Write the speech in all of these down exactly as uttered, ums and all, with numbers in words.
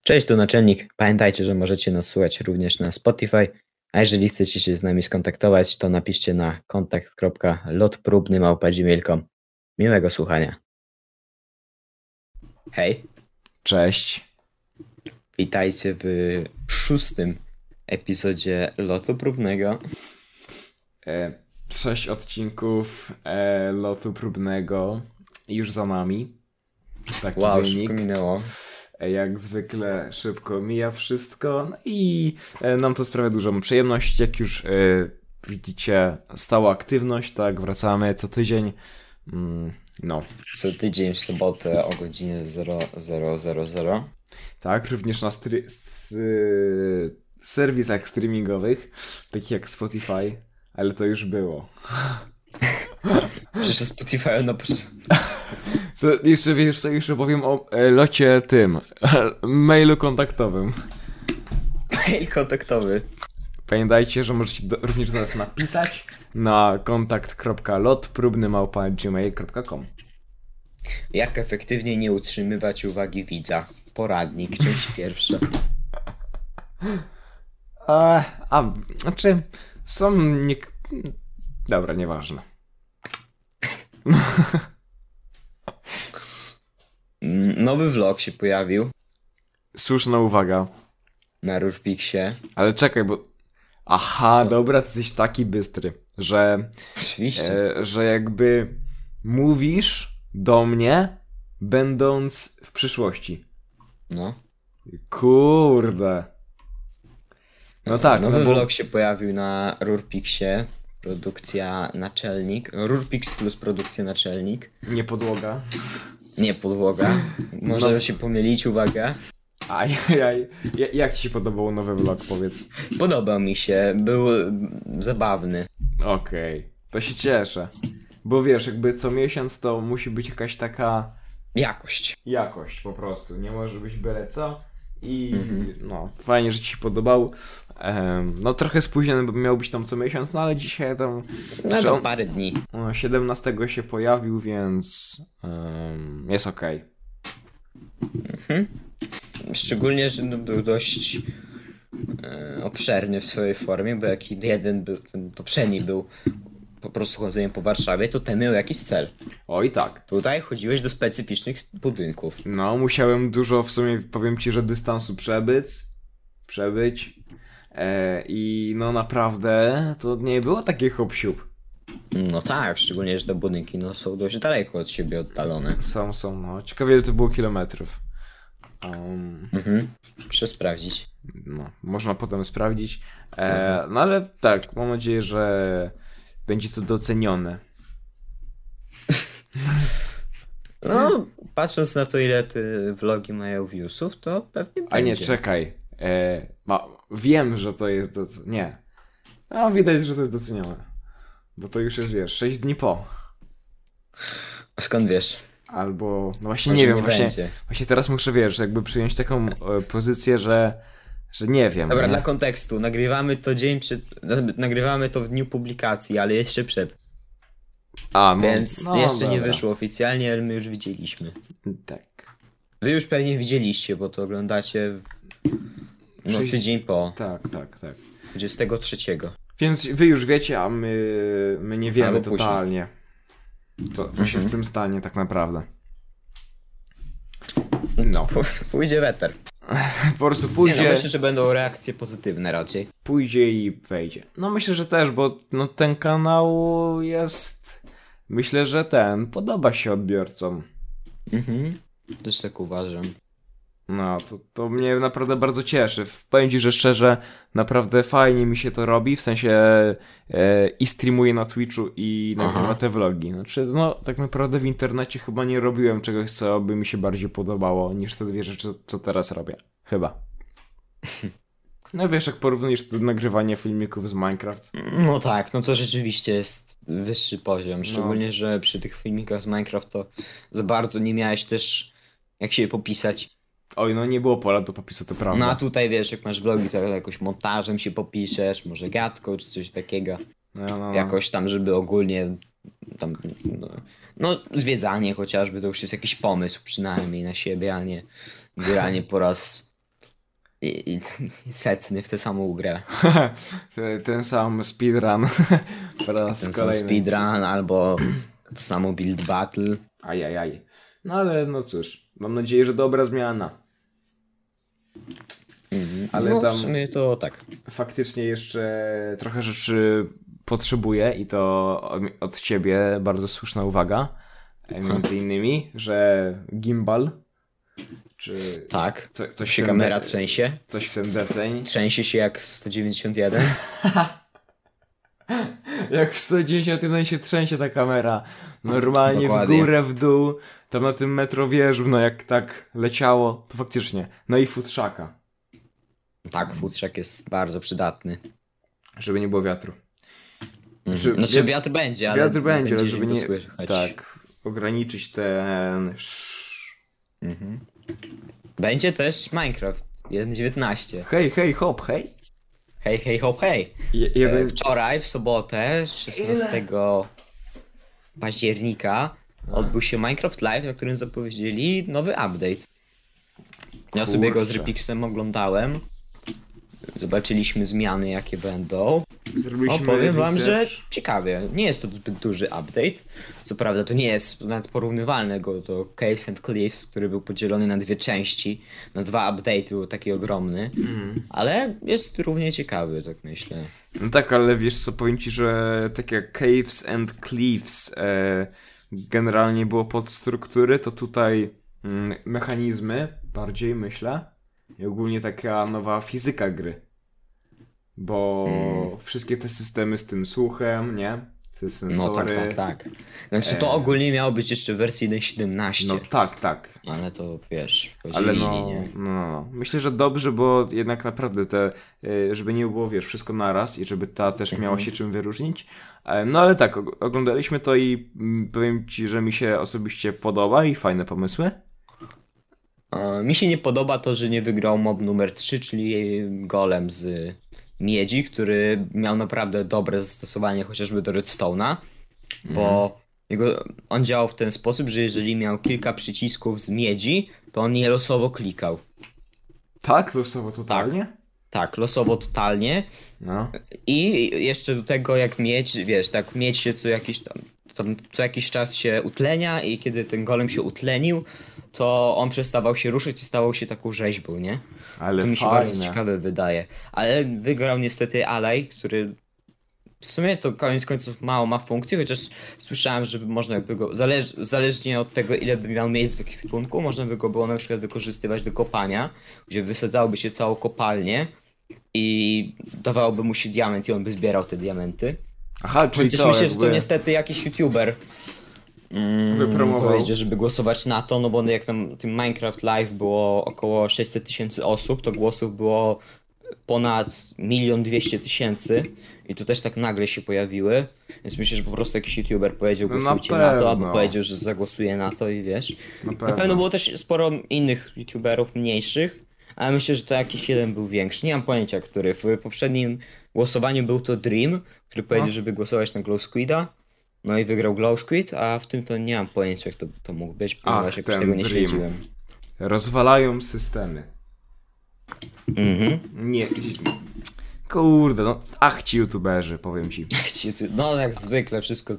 Cześć, tu Naczelnik. Pamiętajcie, że możecie nas słuchać również na Spotify, a jeżeli chcecie się z nami skontaktować, to napiszcie na kontakt kropka lotprobny małpa gmail kropka com. Miłego słuchania. Hej, Cześć. witajcie w szóstym epizodzie lotu próbnego. E, sześć odcinków e, lotu próbnego już za nami. Taki Wow, wynik. szybko minęło. E, jak zwykle szybko mija wszystko. No i e, nam to sprawia dużą przyjemność. Jak już e, widzicie, stała aktywność, tak, wracamy co tydzień. Mm, no. Co tydzień w sobotę o godzinie zero zero zero zero. Tak, również na stry- s- y- serwisach streamingowych, takich jak Spotify, ale to już było. Przecież Spotify na To jeszcze wiesz co, jeszcze powiem o e, locie tym, mailu kontaktowym. mail kontaktowy. Pamiętajcie, że możecie do, również do nas napisać na kontakt kropka lotprobny małpa gmail kropka com. Jak efektywnie nie utrzymywać uwagi widza? Poradnik, część pierwsza. A, a, znaczy, są nie... Dobra, nieważne. Nowy vlog się pojawił Słuszna uwaga. na Rurpixie. Ale czekaj, bo... Aha, Co? dobra, ty jesteś taki bystry, że... Oczywiście. E, że jakby mówisz do mnie, będąc w przyszłości. No. Kurde. No tak, Nowy no bo... vlog się pojawił na Rurpixie. Produkcja Naczelnik. Rurpix plus produkcja Naczelnik. Nie podłoga. Nie podłoga. Może No. się pomylić, uwaga. Ajajaj. Ja- Jak ci się podobał nowy vlog, powiedz? Podobał mi się. Był mm, zabawny. Okej, to się cieszę. Bo wiesz, jakby co miesiąc to musi być jakaś taka Jakość. jakość po prostu. Nie może być byle co. I Mhm. no, fajnie, że ci się podobał. Em, no trochę spóźniony, bo miał być tam co miesiąc, no ale dzisiaj tam No Znaczy to on- parę dni. no, siedemnastego się pojawił, więc em, jest okej. Szczególnie, że no, był dość e, obszerny w swojej formie, bo jak jeden był, ten poprzedni był po prostu chodzeniem po Warszawie, to ten miał jakiś cel. Oj tak. Tutaj chodziłeś do specyficznych budynków. No, musiałem dużo, w sumie powiem ci, że dystansu przebyć. Przebyć. E, I no naprawdę to nie było takie hop-siup. No tak, szczególnie, że te budynki no, są dość daleko od siebie oddalone. Są, są, no. Ciekawe ile to było kilometrów. Um, Mhm. Muszę sprawdzić. no, można potem sprawdzić. E, no ale tak, mam nadzieję, że będzie to docenione. No, patrząc na to, ile te vlogi mają viewsów, to pewnie A nie, będzie. czekaj. E, ma, wiem, że to jest do... Nie. A widać, że to jest docenione. Bo to już jest, wiesz, sześć dni po. A skąd wiesz? Albo... No właśnie Może nie wiem, właśnie, będzie. właśnie teraz muszę, wiesz, jakby przyjąć taką e, pozycję, że... Że nie wiem. Dobra, nie? dla kontekstu. Nagrywamy to dzień przed... Nagrywamy to w dniu publikacji, ale jeszcze przed. A, no, Więc no, jeszcze nie dobra. wyszło oficjalnie, ale my już widzieliśmy. Tak. Wy już pewnie widzieliście, bo to oglądacie no, Sześć- tydzień po, Tak, tak, tak. dwudziestego trzeciego. Więc wy już wiecie, a my, my nie wiemy Albo później. totalnie, co, co się Mhm. z tym stanie tak naprawdę. No. P- Pójdzie weter. Po prostu Nie, pójdzie, no, myślę, że będą reakcje pozytywne raczej. pójdzie i wejdzie. No myślę, że też, bo no, ten kanał jest... Myślę, że ten podoba się odbiorcom. Mhm. Też tak uważam. No, to, to mnie naprawdę bardzo cieszy. Powiem ci, że szczerze, naprawdę fajnie mi się to robi, w sensie e, i streamuję na Twitchu i nagrywa Aha. te vlogi. Znaczy, no, tak naprawdę w internecie chyba nie robiłem czegoś, co by mi się bardziej podobało, niż te dwie rzeczy, co teraz robię. Chyba. No wiesz, jak porównujesz to do nagrywania filmików z Minecraft. No tak, no to rzeczywiście jest wyższy poziom. Szczególnie, że przy tych filmikach z Minecraft to za bardzo nie miałeś też jak się popisać. Oj, no nie było pola do popisu, to prawda. No a tutaj wiesz, jak masz vlogi, to jakoś montażem się popiszesz, może gadką czy coś takiego. No, no, no. Jakoś tam, żeby ogólnie tam, no, no zwiedzanie chociażby, to już jest jakiś pomysł przynajmniej na siebie, a nie granie po raz I, i, i setny w tę samą grę. ten, ten sam speedrun po raz Ten sam kolejny. speedrun albo to samo build battle. Ajajaj. No ale no cóż, mam nadzieję, że dobra zmiana. Mhm. Ale no, tam- w sumie to tak. Faktycznie jeszcze trochę rzeczy potrzebuję i to od ciebie bardzo słuszna uwaga. E, Między innymi, że gimbal czy Tak. co, coś, Się w ten kamera de- trzęsie. coś w ten deseń. Trzęsie się jak sto dziewięćdziesiąt jeden. Jak w sto dziewięćdziesiąt jeden się trzęsie ta kamera. Normalnie Dokładnie. w górę, w dół. Tam na tym metrowieżu, no jak tak leciało, to faktycznie. No i futrzaka, Tak, futrzak jest bardzo przydatny. żeby nie było wiatru. Mhm. Czy- Znaczy wiat- wiatr będzie, ale Wiatr będzie, ale będzie żeby go nie... słychać. Tak, ograniczyć ten... Mhm. Będzie też Minecraft jeden dziewiętnaście. Hej, hej, hop, hej. Hej, hej, hop, hej. Je- E, jeden... Wczoraj, w sobotę, szesnastego października, odbył się Minecraft Live, na którym zapowiedzieli nowy update. Ja sobie go z Kurczę. Repixem oglądałem. Zobaczyliśmy zmiany, jakie będą. Zrobiliśmy O, powiem wam, że research. ciekawie. Nie jest to zbyt duży update. Co prawda to nie jest nawet porównywalne go do Caves and Cliffs, który był podzielony na dwie części. Na dwa update'y, był taki ogromny. Mhm. Ale jest równie ciekawy, tak myślę. No tak, ale wiesz co, powiem ci, że tak jak Caves and Cliffs e, generalnie było podstruktury, to tutaj mm, mechanizmy bardziej, myślę. I ogólnie taka nowa fizyka gry. Bo Mm. wszystkie te systemy z tym słuchem, nie? Te No sensory. tak, tak, tak. Znaczy to E. ogólnie miało być jeszcze w wersji jeden siedemnaście. No tak, tak. Ale to wiesz, Ale podzielili, no, nie? no, no, myślę, że dobrze, bo jednak naprawdę te, y, żeby nie było, wiesz, wszystko naraz i żeby ta też miała Mhm. się czym wyróżnić. E, No ale tak, og- oglądaliśmy to i mm, powiem ci, że mi się osobiście podoba i fajne pomysły. E, Mi się nie podoba to, że nie wygrał mob numer trzy, czyli golem z miedzi, który miał naprawdę dobre zastosowanie chociażby do redstone'a, bo jego, on działał w ten sposób, że jeżeli miał kilka przycisków z miedzi, to on je losowo klikał. Tak, losowo totalnie? Tak, losowo totalnie. No. I jeszcze do tego jak miedź, wiesz, tak miedź się co jakiś tam, tam co jakiś czas się utlenia i kiedy ten golem się utlenił, to on przestawał się ruszyć i stawał się taką rzeźbą, nie? Ale To mi się fajne. bardzo ciekawe wydaje. Ale wygrał niestety Alej, który w sumie to koniec końców mało ma funkcji, chociaż słyszałem, że można jakby go, zależ, zależnie od tego ile by miał miejsc w ekwipunku, można by go było na przykład wykorzystywać do kopania, gdzie wysadzałoby się całą kopalnię i dawałoby mu się diament i on by zbierał te diamenty. Aha, czyli Chociaż co, myślę, jakby... że to niestety jakiś youtuber mm, Wypromował. powiedział, żeby głosować na to, no bo jak tam tym Minecraft Live było około sześćset tysięcy osób, to głosów było ponad milion dwieście tysięcy i to też tak nagle się pojawiły, więc myślę, że po prostu jakiś youtuber powiedział No na głosujcie na, to, pewno. albo powiedział, że zagłosuje na to i wiesz. Na Na pewno było też sporo innych youtuberów mniejszych, ale myślę, że to jakiś jeden był większy. Nie mam pojęcia, który. W poprzednim głosowaniu był to Dream, który powiedział, No. żeby głosować na Glow Squida. No i wygrał Glow Squid, a w tym to nie mam pojęcia, jak to, to mógł być, ponieważ Ach, jakoś ten tego nie Dream. śledziłem. Rozwalają systemy. Mhm. Nie... Kurde, no... Ach ci youtuberzy, powiem ci. No jak zwykle wszystko.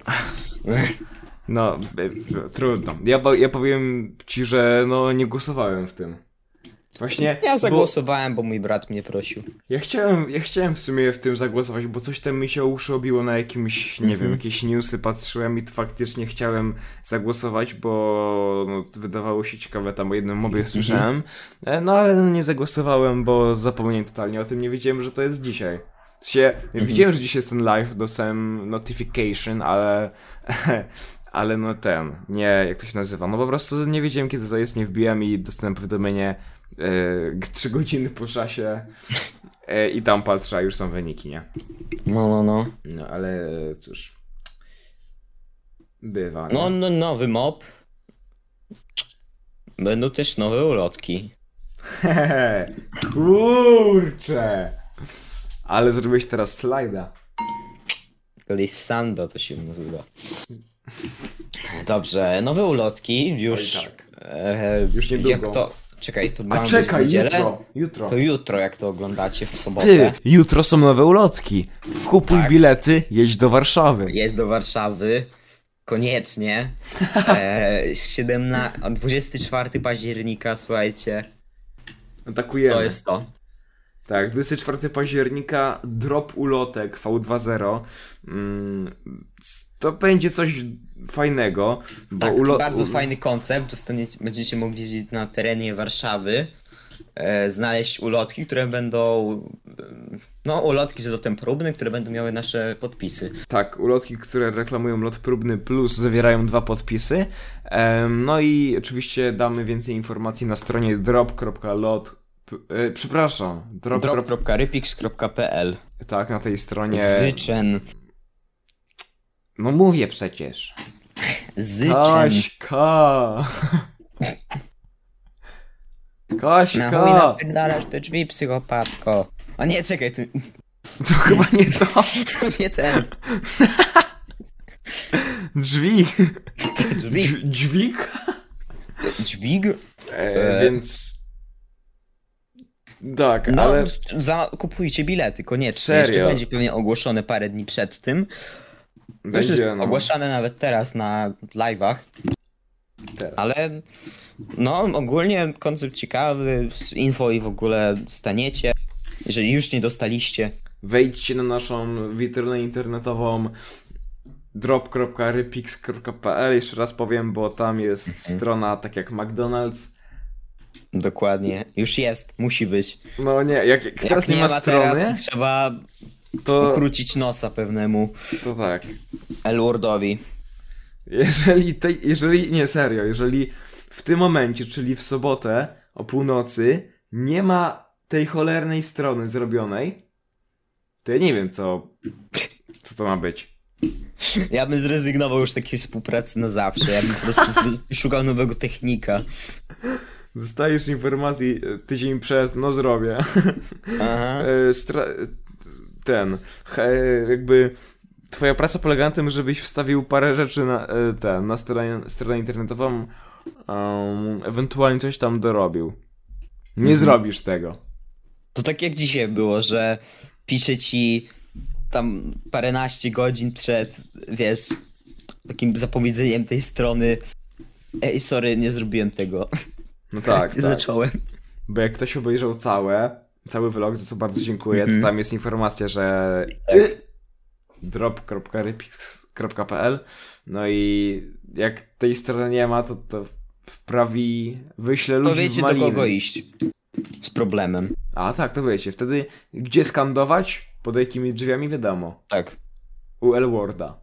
No, e, trudno. Ja, po- ja powiem ci, że no nie głosowałem w tym. Właśnie. Ja bo zagłosowałem, bo mój brat mnie prosił. ja chciałem, ja chciałem w sumie w tym zagłosować, bo coś tam mi się o uszy obiło na jakimś, nie Mhm. wiem, jakieś newsy patrzyłem i faktycznie chciałem zagłosować, bo no, wydawało się ciekawe, tam o jednym mobie słyszałem. E, No ale no, nie zagłosowałem, bo zapomniałem totalnie o tym, nie wiedziałem, że to jest dzisiaj. W sensie, widziałem, że dzisiaj jest ten live, dostałem notification, ale... Ale no ten, nie, jak to się nazywa, no po prostu nie wiedziałem kiedy to jest, nie wbiłem i dostałem powiadomienie e, trzy godziny po czasie e, i tam patrzę, a już są wyniki, nie? No, no, no. No ale cóż, bywa, nie? No, no, nowy mob. Będą też nowe ulotki. Hehe, kurczę! Ale zrobiłeś teraz slajda. Glissando to się nazywa. Dobrze, nowe ulotki już. Oj, tak. e, Już niedługo. Jak to. Czekaj, to A mamy czekaj, niedzielę? jutro, jutro. To jutro, jak to oglądacie w sobotę. Ty, jutro są nowe ulotki. Kupuj Tak. bilety, jedź do Warszawy. Jedź do Warszawy. Koniecznie. E, siedemnastego, dwudziestego czwartego października, słuchajcie. Atakujemy. To jest to. Tak, dwudziestego czwartego października drop ulotek V dwa zero. Mm, to będzie coś fajnego, bo Tak, ulo- bardzo u- fajny koncept. Dostaniecie, będziecie mogli gdzieś na terenie Warszawy e, znaleźć ulotki, które będą. e, No, ulotki z lotem próbnym, które będą miały nasze podpisy. Tak, ulotki, które reklamują lot próbny plus zawierają dwa podpisy. Em, no i oczywiście damy więcej informacji na stronie drop kropka lot. p- e, Przepraszam, drop. drop kropka rypix kropka p l. Tak, na tej stronie. Zyczen. No mówię przecież. Zyczen. Kaśka. Kaśka. Na chuj napierdalasz te drzwi, psychopatko. A nie, czekaj, ty... To chyba nie to. to nie ten. Drzwi. Drzwi. Dź- Dźwig. Dźwig? E, E. Więc. Tak, No, ale. za, kupujcie bilety, koniecznie. Serio? Jeszcze będzie pewnie ogłoszone parę dni przed tym. Już Będzie, jest no, ogłaszane nawet teraz na live'ach, teraz. ale no ogólnie koncept ciekawy, z info i w ogóle staniecie, jeżeli już nie dostaliście. Wejdźcie na naszą witrynę internetową drop kropka rypix kropka p l. Jeszcze raz powiem, bo tam jest Mhm. strona tak jak McDonald's. Dokładnie, już jest, musi być. No nie, jak, jak teraz Jak nie, ma strony, teraz, to trzeba to, ukrócić nosa pewnemu to tak. L-Wordowi. Jeżeli, tej, jeżeli, nie serio, jeżeli w tym momencie, czyli w sobotę o północy nie ma tej cholernej strony zrobionej, to ja nie wiem co, co to ma być. Ja bym zrezygnował już z takiej współpracy na zawsze, ja bym po prostu z- szukał nowego technika. Dostajesz informacji e, tydzień przed, no zrobię. Aha. E, Stra- ten, he, jakby twoja praca polega na tym, żebyś wstawił parę rzeczy na, e, ten, na stronę, stronę internetową, um, ewentualnie coś tam dorobił. Nie Mhm. zrobisz tego. To tak jak dzisiaj było, że pisze ci tam paręnaście godzin przed, wiesz, takim zapowiedzeniem tej strony. Ej, sorry, nie zrobiłem tego. No tak, tak. Zacząłem. Bo jak ktoś obejrzał całe, cały vlog, za co bardzo dziękuję, Mhm. to tam jest informacja, że Tak. drop kropka rypix kropka p l. No i jak tej strony nie ma, to, to wprawi, wyślę To ludzi w wiecie do maliny. kogo iść z problemem. A tak, to wiecie. Wtedy gdzie skandować? Pod jakimi drzwiami? Wiadomo. Tak. U L-Worda.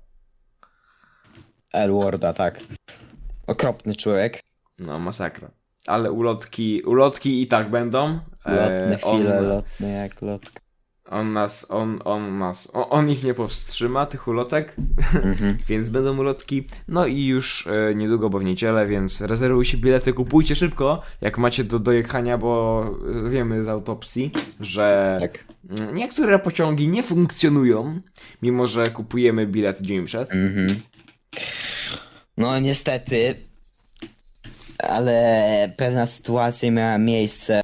L-Worda, tak. Okropny człowiek. No, masakra. Ale ulotki, ulotki i tak będą. Lotne E, on, chwile, lotne jak lotka. on nas, on, on nas, on, on ich nie powstrzyma, tych ulotek, Mhm. więc będą ulotki. No i już e, niedługo, bo w niedzielę, więc rezerwujcie bilety, kupujcie szybko, jak macie do dojechania, bo e, wiemy z autopsji, że Tak. mm, niektóre pociągi nie funkcjonują, mimo że kupujemy bilet dzień przed. Mhm. No niestety, ale pewna sytuacja miała miejsce,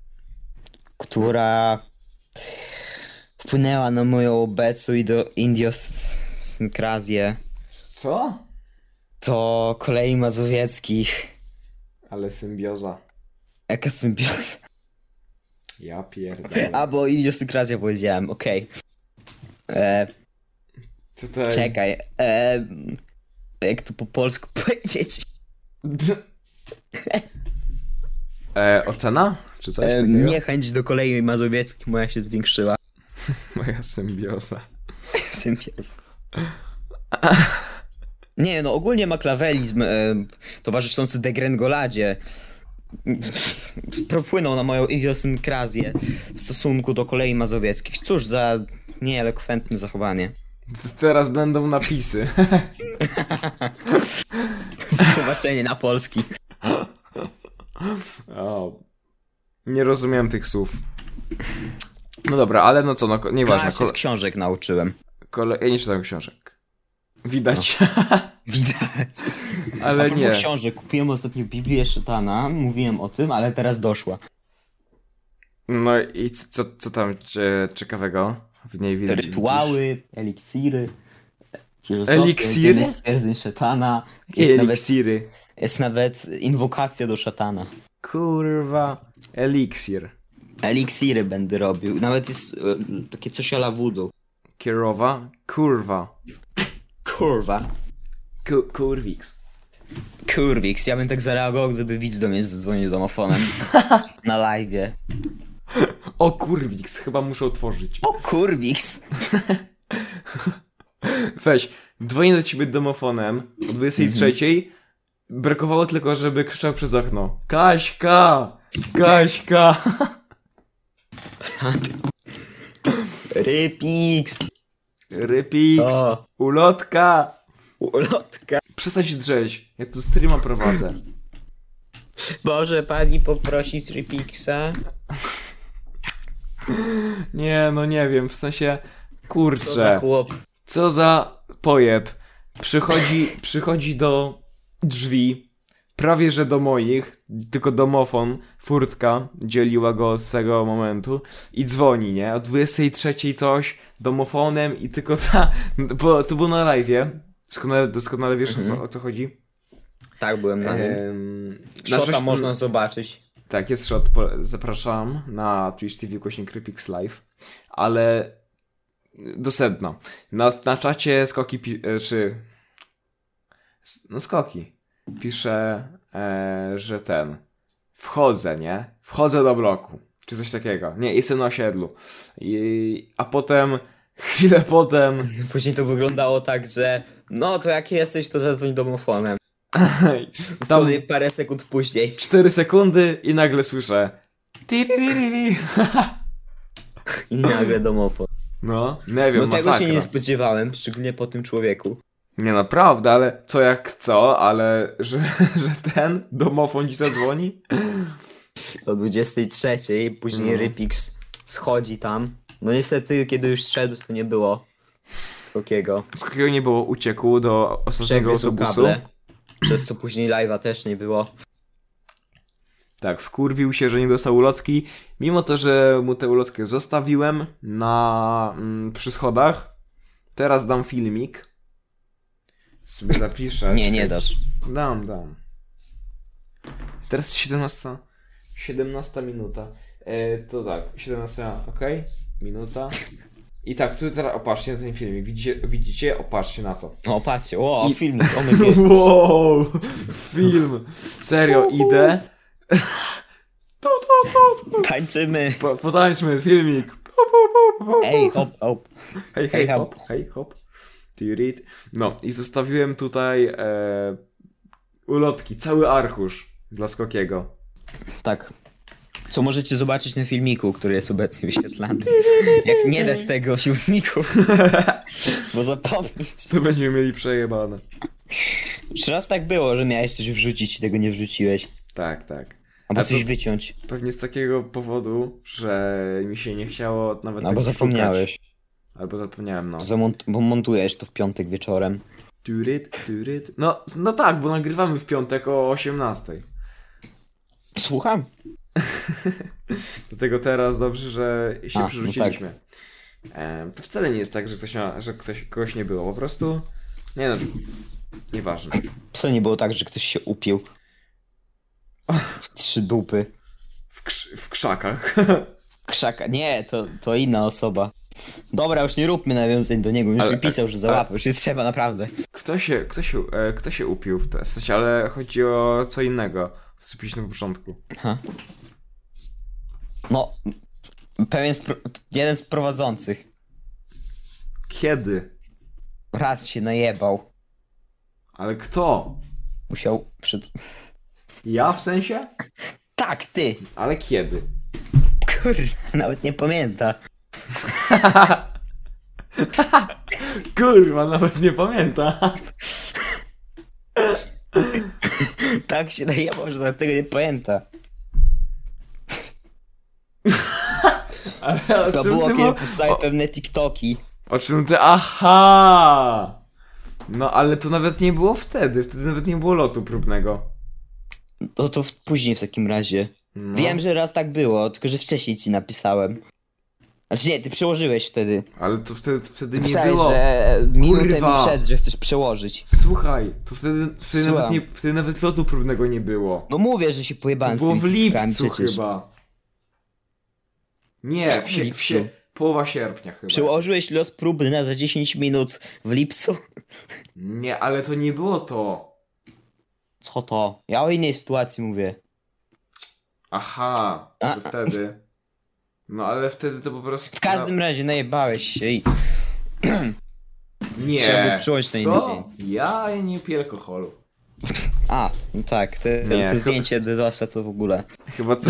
która wpłynęła na moją obecną ido- idiosynkrazję. Co? To kolei mazowieckich. Ale symbioza. Jaka symbioza? Ja pierdolę. A, bo idiosynkrazja powiedziałem, okej. E, Tutaj... Czekaj, e, jak to po polsku powiedzieć? E, ocena? Czy coś E, takiego? niechęć do kolei mazowieckich moja się zwiększyła. Moja symbioza. Symbioza. Nie, no ogólnie maklavelizm e, towarzyszący degrengoladzie propłynął na moją idiosynkrazję w stosunku do kolei mazowieckich. Cóż za nieelokwentne zachowanie. Teraz będą napisy. Tłumaczenie na polski. O, nie rozumiem tych słów. No dobra, ale no co, no ko- nieważne. Ja się z książek nauczyłem. Kole... Ja nie czytam książek. Widać. Widać. Ale A propos nie. książek, kupiłem ostatnio Biblię Szatana, mówiłem o tym, ale teraz doszła. No i co, co tam cie- ciekawego w niej Te widzisz? rytuały, eliksiry, filozofia, Eliksiry? dziewięć stwierdzeń szatana. Jakie Jest nawet, eliksiry? jest nawet inwokacja do szatana. Kurwa. Eliksir. Eliksiry będę robił. Nawet jest e, takie coś ala voodoo. Kierowa. Kurwa. Kurwa. Ku kurwiks. Kurwiks, ja bym tak zareagował, gdyby widz do mnie zadzwonił domofonem na live'ie. O kurwiks, chyba muszę otworzyć. O kurwiks! Weź, dzwonię do ciebie domofonem o dwudziestej trzeciej. Brakowało tylko, żeby krzyczał przez okno. Kaśka! Kaśka! Rypiks! Rypiks! O, Ulotka! ulotka! Przestań się drzeć, ja tu streama prowadzę. Może pani poprosić Rypiksa? Nie, no nie wiem, w sensie... Kurczę. Co za chłop? Co za pojeb. Przychodzi, przychodzi do drzwi, prawie że do moich, tylko domofon, furtka dzieliła go od tego momentu i dzwoni, nie? O dwudziestej trzeciej coś, domofonem i tylko ta... Bo to było na live'ie. Doskonale, doskonale wiesz Mhm. o, co, o co chodzi? Tak, byłem na nim. Ehm, Szota na wrześ- można zobaczyć. Tak, jest shot, po- zapraszam na Twitch T V ukośnik Rypix Live, ale do sedna. Na, na czacie Skoki, pi- e, czy... s- No Skoki. Pisze, e, że ten... Wchodzę, nie? Wchodzę do bloku. Czy coś takiego. Nie, jestem na osiedlu. I, a potem, chwilę potem... Później to wyglądało tak, że no to jak jesteś, to zadzwoń domofonem. tam Tam parę sekund później. cztery sekundy i nagle słyszę... Tiririri. I nagle domofon. No, nie wiem, No tego masakra. się nie spodziewałem, szczególnie po tym człowieku. Nie, naprawdę, ale co jak co, ale że, że ten domofon ci zadzwoni? O dwudziestej trzeciej, później No. Rypix schodzi tam. No niestety, kiedy już szedł, to nie było takiego. Z jakiego nie było, uciekł do ostatniego Przegryzł autobusu. kable, przez co później live'a też nie było. Tak, wkurwił się, że nie dostał ulotki, mimo to, że mu tę ulotkę zostawiłem na mm, przy schodach. Teraz dam filmik. Sobie zapiszę. Nie, nie Czekaj. dasz. Dam, dam. Teraz jest siedemnasta, siedemnasta minuta. E, to tak, siedemnasta, ok? Minuta. I tak, tu teraz opatrzcie na ten filmik. Widzicie, widzicie? Opatrzcie na to. O, patrzcie, o, I- filmik, o my God. Wow, film. Serio, idę. Tu, tu, tu, tu. Tańczymy. Po, potańczmy, filmik. Pu, pu, pu, pu, pu. Ej, hop, hop. hej, hej, hej, hop, hej, hop. Tirit. No, i zostawiłem tutaj e, ulotki, cały arkusz dla Skokiego. Tak. Co możecie zobaczyć na filmiku, który jest obecnie wyświetlany. Jak nie dasz tego filmiku, bo zapomnisz. To będziemy mieli przejebane. Czy raz tak było, że miałeś coś wrzucić i tego nie wrzuciłeś? Tak, tak. Albo A to- coś wyciąć. Pewnie z takiego powodu, że mi się nie chciało nawet Albo tak zapomniałeś. szukać. Albo zapomniałem, no. Zamont- bo montujesz to w piątek wieczorem. Turyt, turyt. No, no tak, bo nagrywamy w piątek o osiemnastej. Słucham? Dlatego teraz dobrze, że się A, no przerzuciliśmy. Em, to wcale nie jest tak, że ktoś, ma, że ktoś kogoś nie było. Po prostu, nie no, nieważne. Co nie było tak, że ktoś się upił? W trzy dupy. W, krz- w krzakach. Krzaka. Nie, to, to inna osoba. Dobra, już nie róbmy nawiązań do niego. Już Ale- mi pisał, że załapał. Już nie trzeba, naprawdę. Kto się, kto się, e, kto się upił w, te, w sensie, ale chodzi o co innego. Co pisać na początku. Aha. No, pewien z pro- jeden z prowadzących Kiedy? raz się najebał. Ale kto? Musiał przed... Ja w sensie? Tak, ty! Ale kiedy? Kurwa, nawet nie pamięta. Kurwa, nawet nie pamięta. Tak się najebał, że nawet tego nie pamięta. Ale o To czym było, ty kiedy mo- powstały o, pewne TikToki. o czym ty... Aha! No ale to nawet nie było wtedy, wtedy nawet nie było lotu próbnego. To to w- później w takim razie. No. Wiem, że raz tak było, tylko że wcześniej ci napisałem. Znaczy nie, ty przełożyłeś wtedy. Ale to wtedy, wtedy nie Napisałeś, było. że minutę Kurwa. mi przed, że chcesz przełożyć. Słuchaj, to wtedy, wtedy, nawet Słucham. nie, wtedy nawet lotu próbnego nie było. No mówię, że się To pojebałem było z w tymi kitkami lipcu przecież. chyba. Nie, w, sie, w sie, połowa sierpnia chyba. Przełożyłeś lot próbny na za dziesięć minut w lipcu? Nie, ale to nie było to. Co to? Ja o innej sytuacji mówię. Aha, A. to wtedy. No ale wtedy to po prostu... W każdym razie najebałeś się i... Nie, trzeba było przyjąć na inny co? Ja nie piję alkoholu. A, no tak, te, Nie, te to- zdjęcie Dedosa to w ogóle. Chyba co...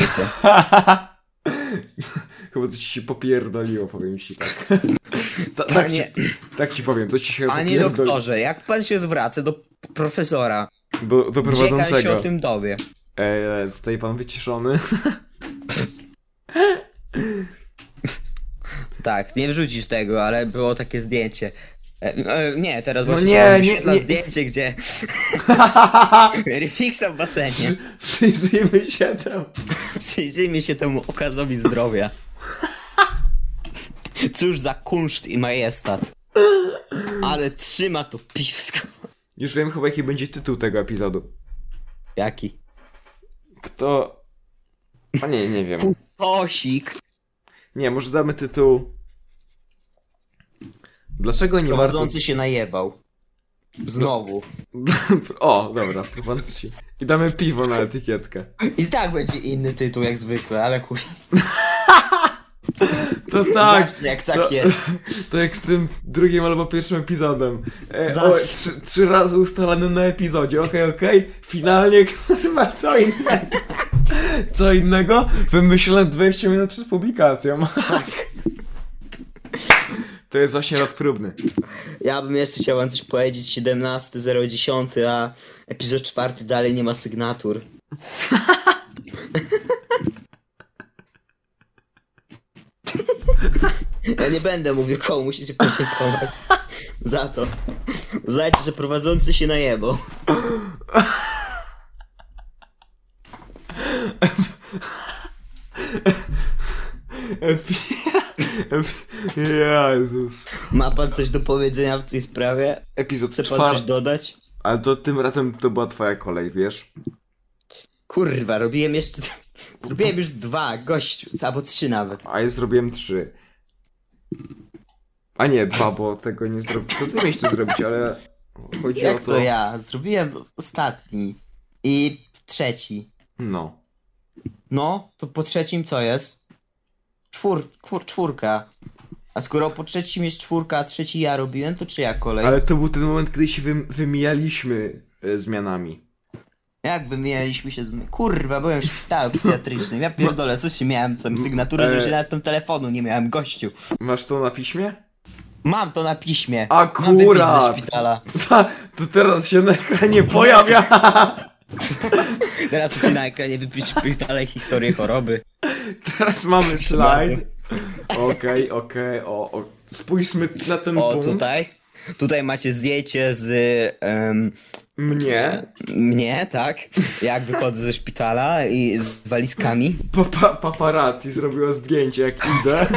Chyba coś ci się popierdoliło, powiem ci tak. Ta, tak, Panie, ci, tak ci powiem, coś ci się panie popierdoliło. doktorze, jak pan się zwraca do profesora, Do, do gdzie pan się prowadzącego. o tym dowie? Ej, zostaje pan wyciszony. Tak, nie wrzucisz tego, ale było takie zdjęcie. E, e, nie, teraz No właśnie nie, się nie, wyświetla nie. zdjęcie, gdzie Rifixa w basenie. Przyjrzyjmy się temu. Przyjrzyjmy się temu okazowi zdrowia. Cóż za kunszt i majestat. Ale trzyma to piwsko. Już wiem chyba jaki będzie tytuł tego epizodu. Jaki? Kto... A nie, nie wiem. Tosik. Nie, może damy tytuł... Dlaczego nie Prowadzący się najebał. Znowu. warto... O, dobra, prowadzący się. I damy piwo na etykietkę. I tak będzie inny tytuł jak zwykle, ale chuj. To tak, Zawsze jak tak to- jest. to jak z tym drugim albo pierwszym epizodem. E, o, Zawsze. trzy, trzy razy ustalane na epizodzie, okej, okej. Finalnie, kurwa, co innego. Co innego? Wymyślone dwadzieścia minut przed publikacją. Tak. To jest właśnie rok próbny. Ja bym jeszcze chciał wam coś powiedzieć. siedemnasty zero dziesięć, a epizod czwarty dalej nie ma sygnatur. Ja nie będę mówił komu, musicie podziękować za to. Uznajcie, że prowadzący się najebał. Jezus. Ma pan coś do powiedzenia w tej sprawie? Epizod Chce pan czwarty. coś dodać? Ale to tym razem to była twoja kolej, wiesz? Kurwa, robiłem jeszcze... Zrobiłem już dwa, gościu, albo trzy nawet. A ja zrobiłem trzy. A nie, dwa, bo tego nie zrobiłem. To ty miałeś to zrobić, ale chodzi Jak o to... to ja? Zrobiłem ostatni. I trzeci. No. No, to po trzecim co jest? Czwór, czwór, czwórka. A skoro po trzecim jest czwórka, a trzeci ja robiłem, to czyja kolej? Ale to był ten moment, kiedy się wym wymijaliśmy e, zmianami. Jak wymienialiśmy się z... Kurwa, byłem w szpitalu psychiatrycznym. Ja pierdolę, co się miałem tam sygnaturę, że e- się nawet tam telefonu nie miałem, gościu. Masz to na piśmie? Mam to na piśmie. Akurat. Mam wypis ze szpitala. Ta, to teraz się na ekranie pojawia. Teraz ci na ekranie wypisz szpitale historię choroby. Teraz mamy Proszę slajd. Okej, okej, o, o. Spójrzmy na ten O, punkt. tutaj. Tutaj macie zdjęcie z em, Mnie. mnie, tak? Jak wychodzę ze szpitala i z walizkami. Papa, paparazzi zrobiła zdjęcie, jak idę.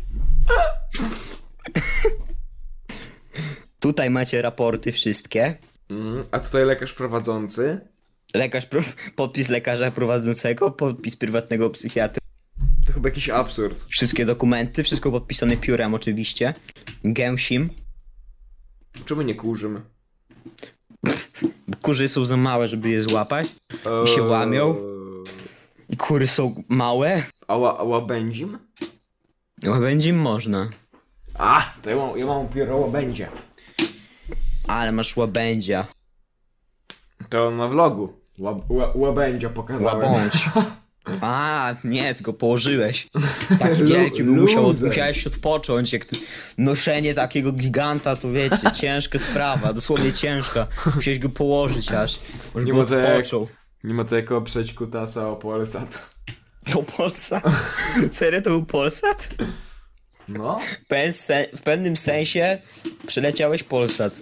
Tutaj macie raporty wszystkie. Mm, a tutaj lekarz prowadzący. Lekarz, pro- podpis lekarza prowadzącego, podpis prywatnego psychiatry. To chyba jakiś absurd. Wszystkie dokumenty, wszystko podpisane piórem oczywiście. Gęsim. Czemu nie kurzymy? Bo kurzy są za małe, żeby je złapać. I się łamią. I kury są małe. A, ła, a łabędzim? Łabędzim można. A, to ja mam, ja mam upióro łabędzie. Ale masz łabędzia. To na vlogu. Łab, ła, łabędzia pokazałem. Łabądź. A, nie, tylko położyłeś. Taki Lu- wielki, by musiał, loser. musiałeś odpocząć. Jak ty, noszenie takiego giganta, to wiecie, ciężka sprawa, dosłownie ciężka. Musiałeś go położyć aż, żeby Nie go ma to jak- odpoczął. Nie ma to jak oprzeć kutasa o Polsat. To Polsat? Serio to był Polsat? No. W, pewien se- w pewnym sensie przeleciałeś Polsat.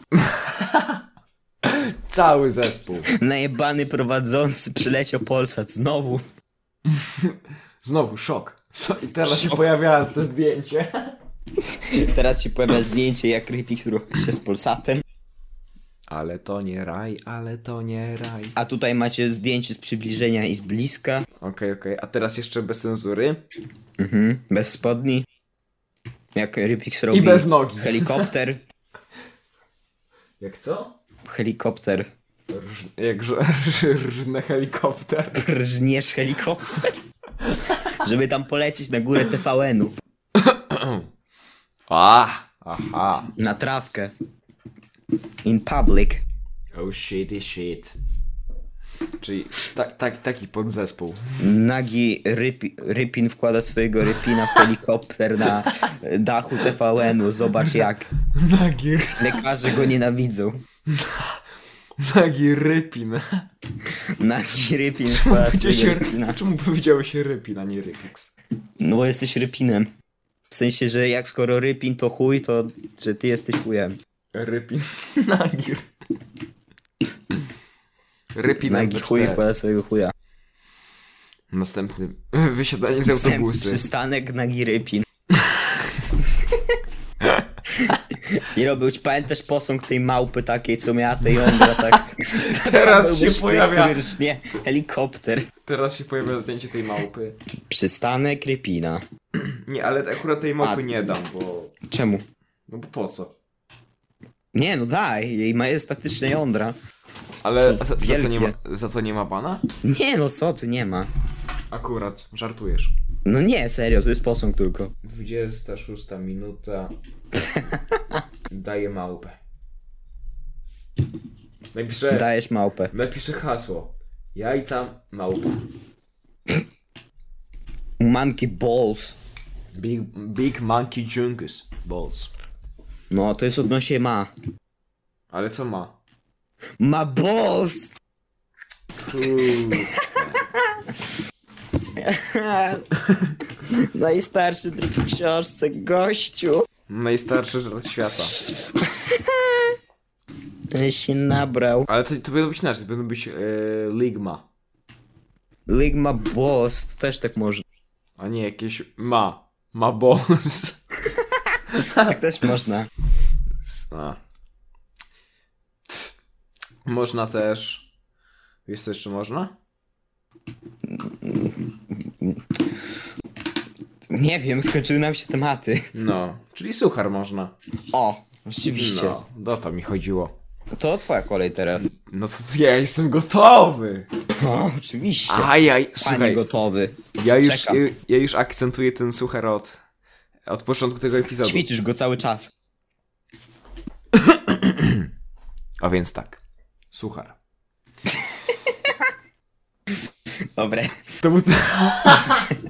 Cały zespół. Najebany prowadzący przeleciał Polsat znowu. Znowu szok. I teraz się Szok. pojawia to zdjęcie. Teraz się pojawia zdjęcie, jak Rypix rucha się z Polsatem. Ale to nie raj, ale to nie raj. A tutaj macie zdjęcie z przybliżenia i z bliska. Okej, okej. A teraz jeszcze bez cenzury. Mhm. Bez spodni. Jak Rypix robi I bez nogi. helikopter. Jak co? Helikopter. Rż, jak rż, rż, rżnę helikopter. Rżniesz helikopter. Żeby tam polecieć na górę T V N-u. A, aha. Na trawkę. In public. Oh shitty shit. Czyli ta, ta, taki podzespół. Nagi rypi, Rypin wkłada swojego Rypina w helikopter na dachu T V N-u. Zobacz jak. Nagi, Lekarze go nienawidzą. nagi rypin. Nagi Rypin Czemu wkłada powiedziałeś, swojego Rypina. czemu powiedziałeś rypin, a nie rypix? No bo jesteś Rypinem. W sensie, że jak skoro Rypin to chuj, to że ty jesteś chujem. Rypin. Nagi. Rypin Nagi chuj wkłada swojego chuja. Następny. Wysiadanie z Wstęp, autobusu. Przystanek Nagi Rypin. I robił, pamiętasz posąg tej małpy takiej, co miała te jądra, tak? Teraz Byłbyś się ty, pojawia. który rżnie helikopter. Teraz się pojawia zdjęcie tej małpy. Przystanek Rypina. Nie, ale akurat tej małpy A- nie dam, bo... Czemu? No bo po co? Nie, no daj, jej majestatyczne jądra. Ale Są za, za, co nie ma, wielkie. za co nie ma bana? Nie, no co ty, nie ma. Akurat, żartujesz. No nie, serio, to jest posąg tylko. dwudziesta szósta minuta. Daję małpę. Napiszę, Dajesz małpę. napiszę hasło. Jajca małpa. Monkey balls. Big, big monkey jungus balls. No, to jest odnośnie ma. Ale co ma? Ma balls! Uuu. Najstarszy tryb w książce, gościu. Najstarszy żart świata. Ten się nabrał. Ale to, to powinno być inaczej, to powinno być e, ligma. Ligma balls, to też tak można. A nie jakieś ma. Ma balls. Tak też można. A. Tch. Można też... Wiesz co jeszcze można? Nie wiem, skończyły nam się tematy. No, czyli suchar można. O, rzeczywiście. No, o to mi chodziło. To twoja kolej teraz. No to ja jestem gotowy. O, oczywiście. Ajaj, Panie słuchaj, gotowy. ja już, czekam. ja, ja już akcentuję ten suchar od, od początku tego epizodu. Ćwiczysz go cały czas. A więc tak, suchar. Dobre. To był...